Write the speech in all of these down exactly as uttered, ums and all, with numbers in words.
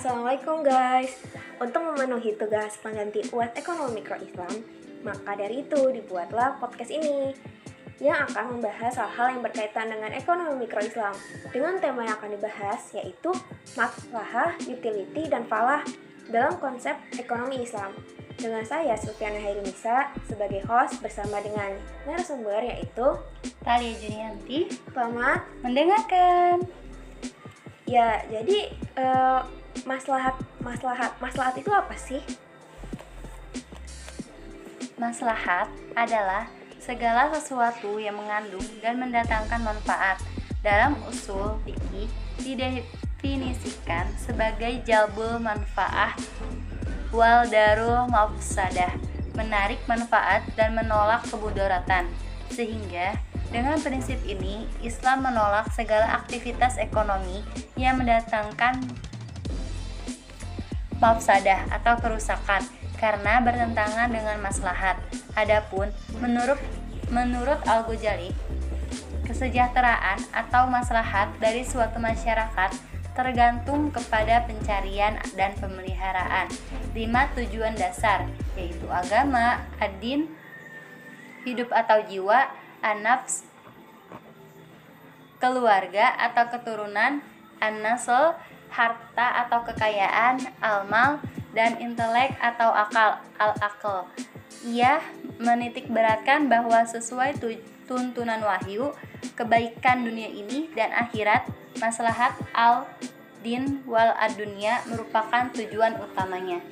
Assalamualaikum guys. Untuk memenuhi tugas pengganti U A S Ekonomi Mikro Islam, maka dari itu dibuatlah podcast ini yang akan membahas hal-hal yang berkaitan dengan ekonomi mikro Islam dengan tema yang akan dibahas yaitu maslahah, utility, dan falah dalam konsep ekonomi Islam. Dengan saya Sulfiana Hairunisa sebagai host bersama dengan narasumber yaitu Talia Junianti. Selamat mendengarkan. Ya, jadi uh, maslahat maslahat maslahat itu apa sih? Maslahat adalah segala sesuatu yang mengandung dan mendatangkan manfaat. Dalam usul fikih didefinisikan sebagai jalbul manfaah wal darul mafsadah, menarik manfaat dan menolak kemudaratan. Sehingga dengan prinsip ini, Islam menolak segala aktivitas ekonomi yang mendatangkan mafsadah atau kerusakan karena bertentangan dengan maslahat. Adapun menurut menurut Al-Ghazali, kesejahteraan atau maslahat dari suatu masyarakat tergantung kepada pencarian dan pemeliharaan lima tujuan dasar, yaitu agama, ad-din, hidup atau jiwa, an-nafs, keluarga atau keturunan, an-nasl, harta atau kekayaan, al-mal, dan intelek atau akal, al-aql. Ia menitik beratkan bahwa sesuai tuntunan wahyu, kebaikan dunia ini dan akhirat, maslahat al-din wal ad-dunya merupakan tujuan utamanya.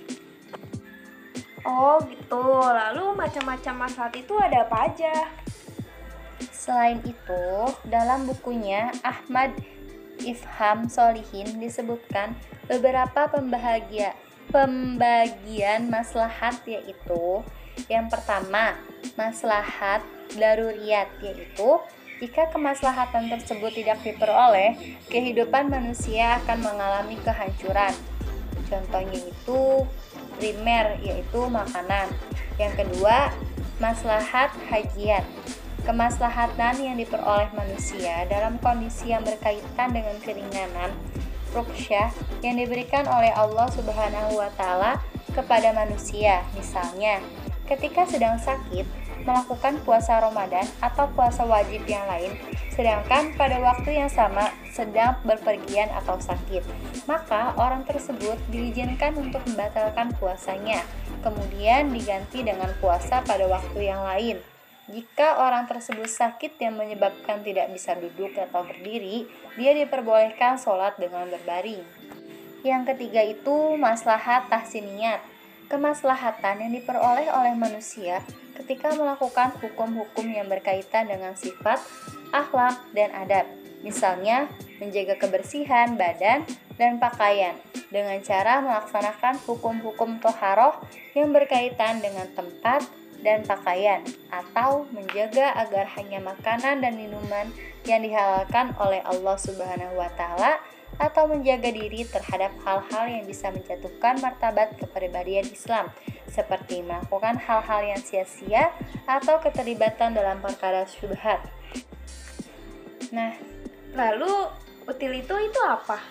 Oh gitu, lalu macam-macam maslahat itu ada apa aja? Selain itu, dalam bukunya Ahmad Ifham Sholihin disebutkan beberapa pembahagia, pembagian maslahat, yaitu yang pertama, maslahat daruriyat, yaitu jika kemaslahatan tersebut tidak diperoleh, kehidupan manusia akan mengalami kehancuran. Contohnya itu primer, yaitu makanan. Yang kedua, maslahat hajiyat, kemaslahatan yang diperoleh manusia dalam kondisi yang berkaitan dengan keringanan, ruksyah yang diberikan oleh Allah Subhanahu wa taala kepada manusia. Misalnya, ketika sedang sakit, melakukan puasa Ramadan atau puasa wajib yang lain, sedangkan pada waktu yang sama sedang berpergian atau sakit, maka orang tersebut diizinkan untuk membatalkan puasanya, kemudian diganti dengan puasa pada waktu yang lain. Jika orang tersebut sakit yang menyebabkan tidak bisa duduk atau berdiri, dia diperbolehkan sholat dengan berbaring. Yang ketiga itu maslahat tahsiniyat, kemaslahatan yang diperoleh oleh manusia ketika melakukan hukum-hukum yang berkaitan dengan sifat, akhlak, dan adab. Misalnya, menjaga kebersihan badan dan pakaian dengan cara melaksanakan hukum-hukum toharoh yang berkaitan dengan tempat dan pakaian, atau menjaga agar hanya makanan dan minuman yang dihalalkan oleh Allah Subhanahu wa taala, atau menjaga diri terhadap hal-hal yang bisa menjatuhkan martabat kepribadian Islam, seperti melakukan hal-hal yang sia-sia atau keterlibatan dalam perkara syubhat. Nah, lalu utility itu apa?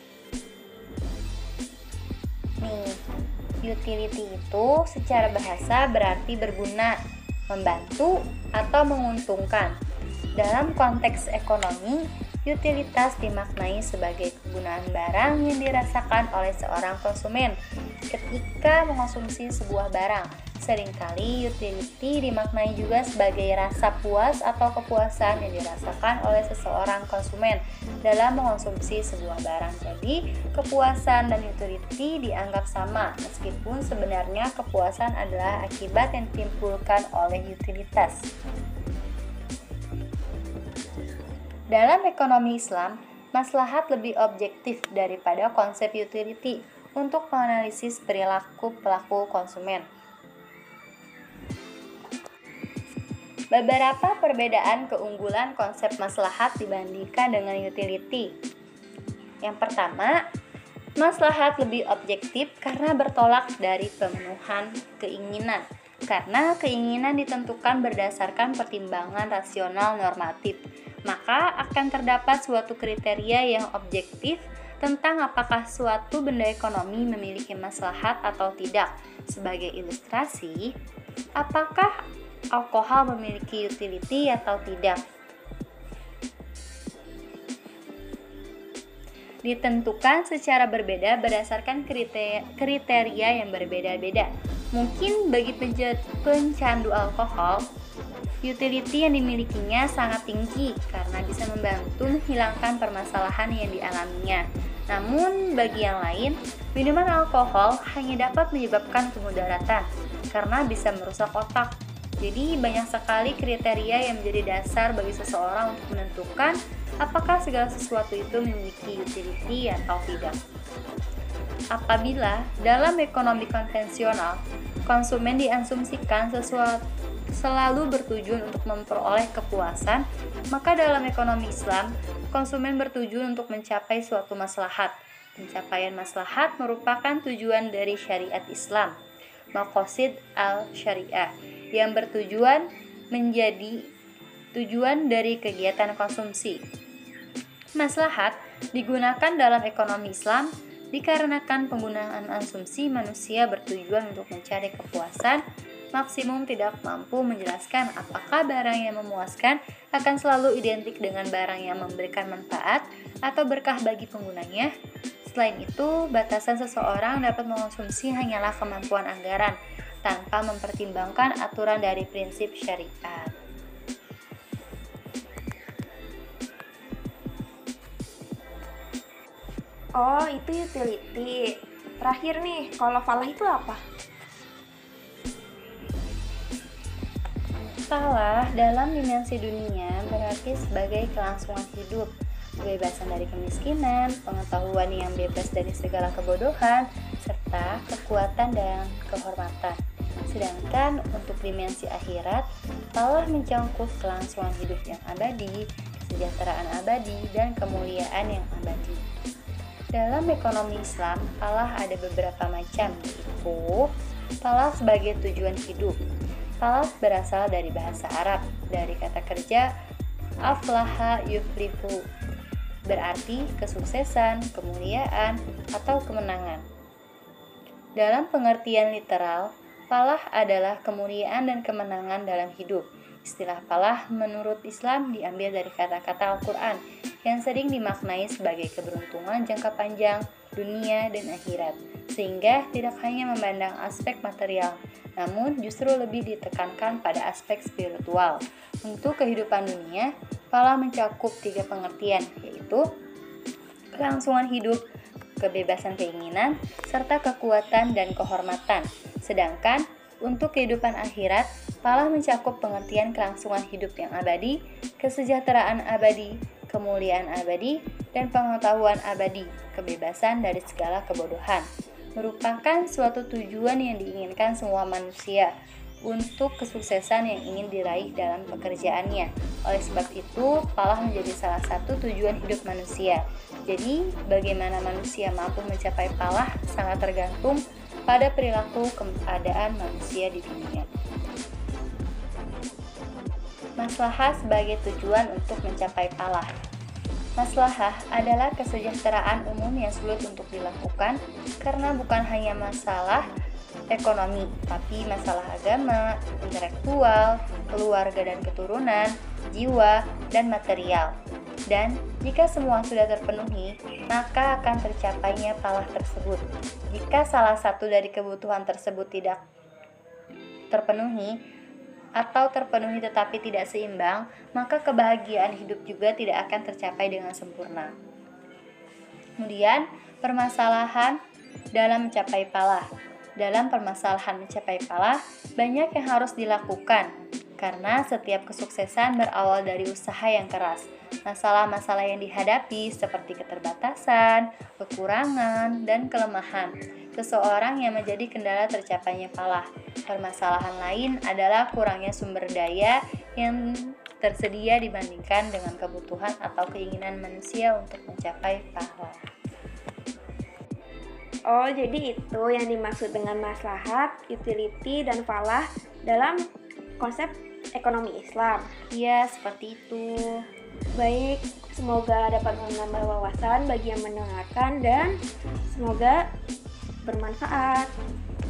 Nih, utility itu secara bahasa berarti berguna, membantu, atau menguntungkan. Dalam konteks ekonomi, utilitas dimaknai sebagai kegunaan barang yang dirasakan oleh seorang konsumen ketika mengonsumsi sebuah barang. Seringkali utility dimaknai juga sebagai rasa puas atau kepuasan yang dirasakan oleh seseorang konsumen dalam mengonsumsi sebuah barang. Jadi, kepuasan dan utility dianggap sama, meskipun sebenarnya kepuasan adalah akibat yang ditimbulkan oleh utilitas. Dalam ekonomi Islam, maslahat lebih objektif daripada konsep utility untuk menganalisis perilaku pelaku konsumen. Beberapa perbedaan keunggulan konsep maslahat dibandingkan dengan utility. Yang pertama, maslahat lebih objektif karena bertolak dari pemenuhan keinginan. Karena keinginan ditentukan berdasarkan pertimbangan rasional normatif, maka akan terdapat suatu kriteria yang objektif tentang apakah suatu benda ekonomi memiliki maslahat atau tidak. Sebagai ilustrasi, apakah alkohol memiliki utility atau tidak? Ditentukan secara berbeda berdasarkan kriteria yang berbeda-beda. Mungkin bagi pencandu alkohol, utility yang dimilikinya sangat tinggi karena bisa membantu menghilangkan permasalahan yang dialaminya. Namun bagi yang lain, minuman alkohol hanya dapat menyebabkan kemudaratan karena bisa merusak otak. Jadi banyak sekali kriteria yang menjadi dasar bagi seseorang untuk menentukan apakah segala sesuatu itu memiliki utility atau tidak. Apabila dalam ekonomi konvensional, konsumen diasumsikan sesuatu selalu bertujuan untuk memperoleh kepuasan, maka dalam ekonomi Islam, konsumen bertujuan untuk mencapai suatu maslahat. Pencapaian maslahat merupakan tujuan dari syariat Islam, maqasid al-syariah, yang bertujuan menjadi tujuan dari kegiatan konsumsi. Maslahat digunakan dalam ekonomi Islam dikarenakan penggunaan asumsi manusia bertujuan untuk mencari kepuasan maksimum tidak mampu menjelaskan apakah barang yang memuaskan akan selalu identik dengan barang yang memberikan manfaat atau berkah bagi penggunanya. Selain itu, batasan seseorang dapat mengonsumsi hanyalah kemampuan anggaran tanpa mempertimbangkan aturan dari prinsip syariat. Oh, itu utility. Terakhir nih, kalau falah itu apa? Falah dalam dimensi dunia berarti sebagai kelangsungan hidup, kebebasan dari kemiskinan, pengetahuan yang bebas dari segala kebodohan, serta kekuatan dan kehormatan. Sedangkan untuk dimensi akhirat, falah mencakup kelangsungan hidup yang abadi, kesejahteraan abadi, dan kemuliaan yang abadi. Dalam ekonomi Islam, falah ada beberapa macam, yaitu falah sebagai tujuan hidup. Falah berasal dari bahasa Arab, dari kata kerja aflaha yuflihu, berarti kesuksesan, kemuliaan, atau kemenangan. Dalam pengertian literal, falah adalah kemuliaan dan kemenangan dalam hidup. Istilah falah menurut Islam diambil dari kata-kata Al-Quran yang sering dimaknai sebagai keberuntungan jangka panjang, dunia, dan akhirat, sehingga tidak hanya memandang aspek material, namun justru lebih ditekankan pada aspek spiritual. Untuk kehidupan dunia, falah mencakup tiga pengertian, yaitu kelangsungan hidup, kebebasan keinginan, serta kekuatan dan kehormatan. Sedangkan untuk kehidupan akhirat, falah mencakup pengertian kelangsungan hidup yang abadi, kesejahteraan abadi, kemuliaan abadi, dan pengetahuan abadi, kebebasan dari segala kebodohan. Merupakan suatu tujuan yang diinginkan semua manusia untuk kesuksesan yang ingin diraih dalam pekerjaannya. Oleh sebab itu, falah menjadi salah satu tujuan hidup manusia. Jadi, bagaimana manusia mampu mencapai falah sangat tergantung pada perilaku keadaan manusia di dunia. Maslahah sebagai tujuan untuk mencapai falah. Maslahah adalah kesejahteraan umum yang sulit untuk dilakukan karena bukan hanya masalah ekonomi, tapi masalah agama, intelektual, keluarga dan keturunan, jiwa, dan material. Dan jika semua sudah terpenuhi, maka akan tercapainya falah tersebut. Jika salah satu dari kebutuhan tersebut tidak terpenuhi, atau terpenuhi tetapi tidak seimbang, maka kebahagiaan hidup juga tidak akan tercapai dengan sempurna. Kemudian, permasalahan dalam mencapai falah. Dalam permasalahan mencapai falah, banyak yang harus dilakukan, karena setiap kesuksesan berawal dari usaha yang keras. Masalah-masalah yang dihadapi seperti keterbatasan, kekurangan, dan kelemahan seseorang yang menjadi kendala tercapainya falah. Permasalahan lain adalah kurangnya sumber daya yang tersedia dibandingkan dengan kebutuhan atau keinginan manusia untuk mencapai falah. Oh, jadi itu yang dimaksud dengan maslahat, utility, dan falah dalam konsep ekonomi Islam. Iya, seperti itu. Baik, semoga dapat menambah wawasan bagi yang mendengarkan dan semoga bermanfaat.